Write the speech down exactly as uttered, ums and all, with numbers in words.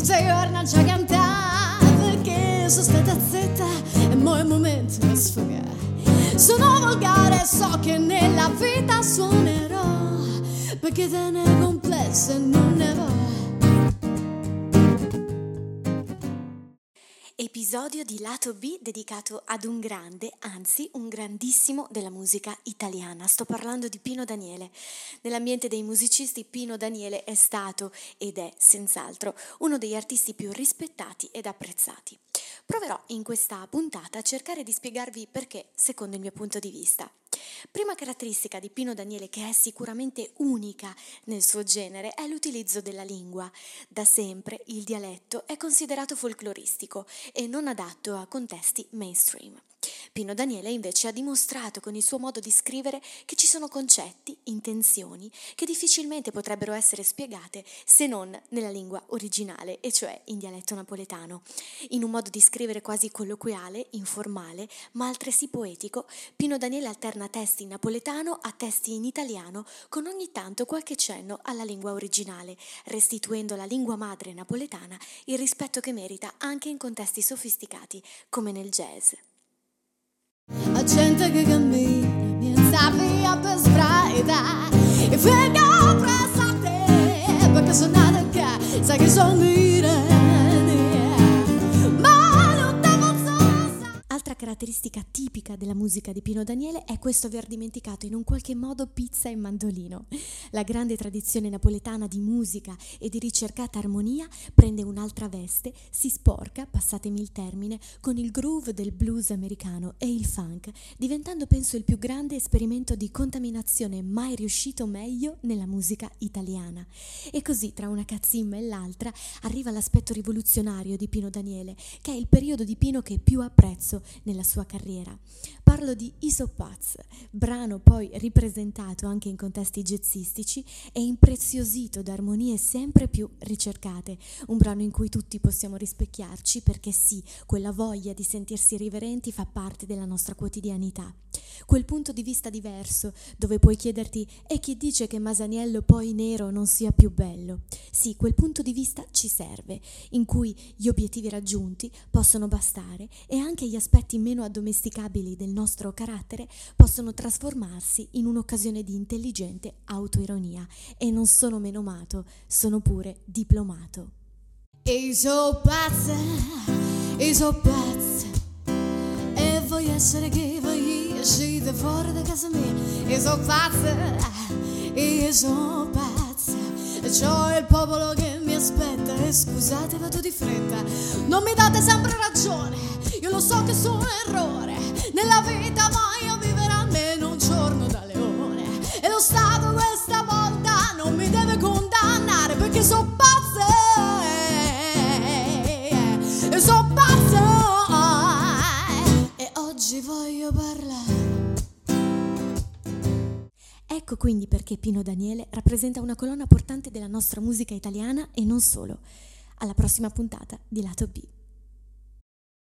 tutti i giorni a cantare, perché sono stata zitta e mo è il momento di sfogare. Sono volgare e so che nella vita suonerò, perché te ne è complessa e non ne va. Episodio di Lato B dedicato ad un grande, anzi un grandissimo della musica italiana. Sto parlando di Pino Daniele. Nell'ambiente dei musicisti Pino Daniele è stato ed è senz'altro uno degli artisti più rispettati ed apprezzati. Proverò in questa puntata a cercare di spiegarvi perché, secondo il mio punto di vista. Prima caratteristica di Pino Daniele, che è sicuramente unica nel suo genere, è l'utilizzo della lingua. Da sempre il dialetto è considerato folcloristico e non adatto a contesti mainstream. Pino Daniele invece ha dimostrato con il suo modo di scrivere che ci sono concetti, intenzioni che difficilmente potrebbero essere spiegate se non nella lingua originale, e cioè in dialetto napoletano. In un modo di scrivere quasi colloquiale, informale, ma altresì poetico, Pino Daniele alterna testi in napoletano a testi in italiano, con ogni tanto qualche cenno alla lingua originale, restituendo alla lingua madre napoletana il rispetto che merita anche in contesti sofisticati come nel jazz. La gente che cammina mi sta via per strada e vengo presso a te, perché sono nata qua, sai che sono grande, ma non te posso sa. Altra caratteristica tipica della musica di Pino Daniele è questo aver dimenticato in un qualche modo pizza e mandolino. La grande tradizione napoletana di musica e di ricercata armonia prende un'altra veste, si sporca, passatemi il termine, con il groove del blues americano e il funk, diventando penso il più grande esperimento di contaminazione mai riuscito meglio nella musica italiana. E così tra una cazzimma e l'altra arriva l'aspetto rivoluzionario di Pino Daniele, che è il periodo di Pino che più apprezzo nella sua carriera. Parlo di I So Pazz, brano poi ripresentato anche in contesti jazzistici e impreziosito da armonie sempre più ricercate, un brano in cui tutti possiamo rispecchiarci, perché sì, quella voglia di sentirsi irriverenti fa parte della nostra quotidianità. Quel punto di vista diverso, dove puoi chiederti e chi dice che Masaniello poi nero non sia più bello? Sì, quel punto di vista ci serve, in cui gli obiettivi raggiunti possono bastare e anche gli aspetti meno addomesticabili del nostro carattere possono trasformarsi in un'occasione di intelligente autoironia. E non sono menomato, sono pure diplomato. E so pazza, e so pazza, e voglio essere che voglio uscire fuori da casa mia. E so pazza, e so pazza, c'ho il popolo che mi aspetta. E scusate, vado di fretta, non mi date sempre ragione, io lo so che sono un errore nella vita, ma io vivere almeno un giorno da leone. E lo Stato questa volta non mi deve condannare, perché so pazza, e so pazza, e oggi voglio parlare. Ecco quindi perché Pino Daniele rappresenta una colonna portante della nostra musica italiana e non solo. Alla prossima puntata di Lato B.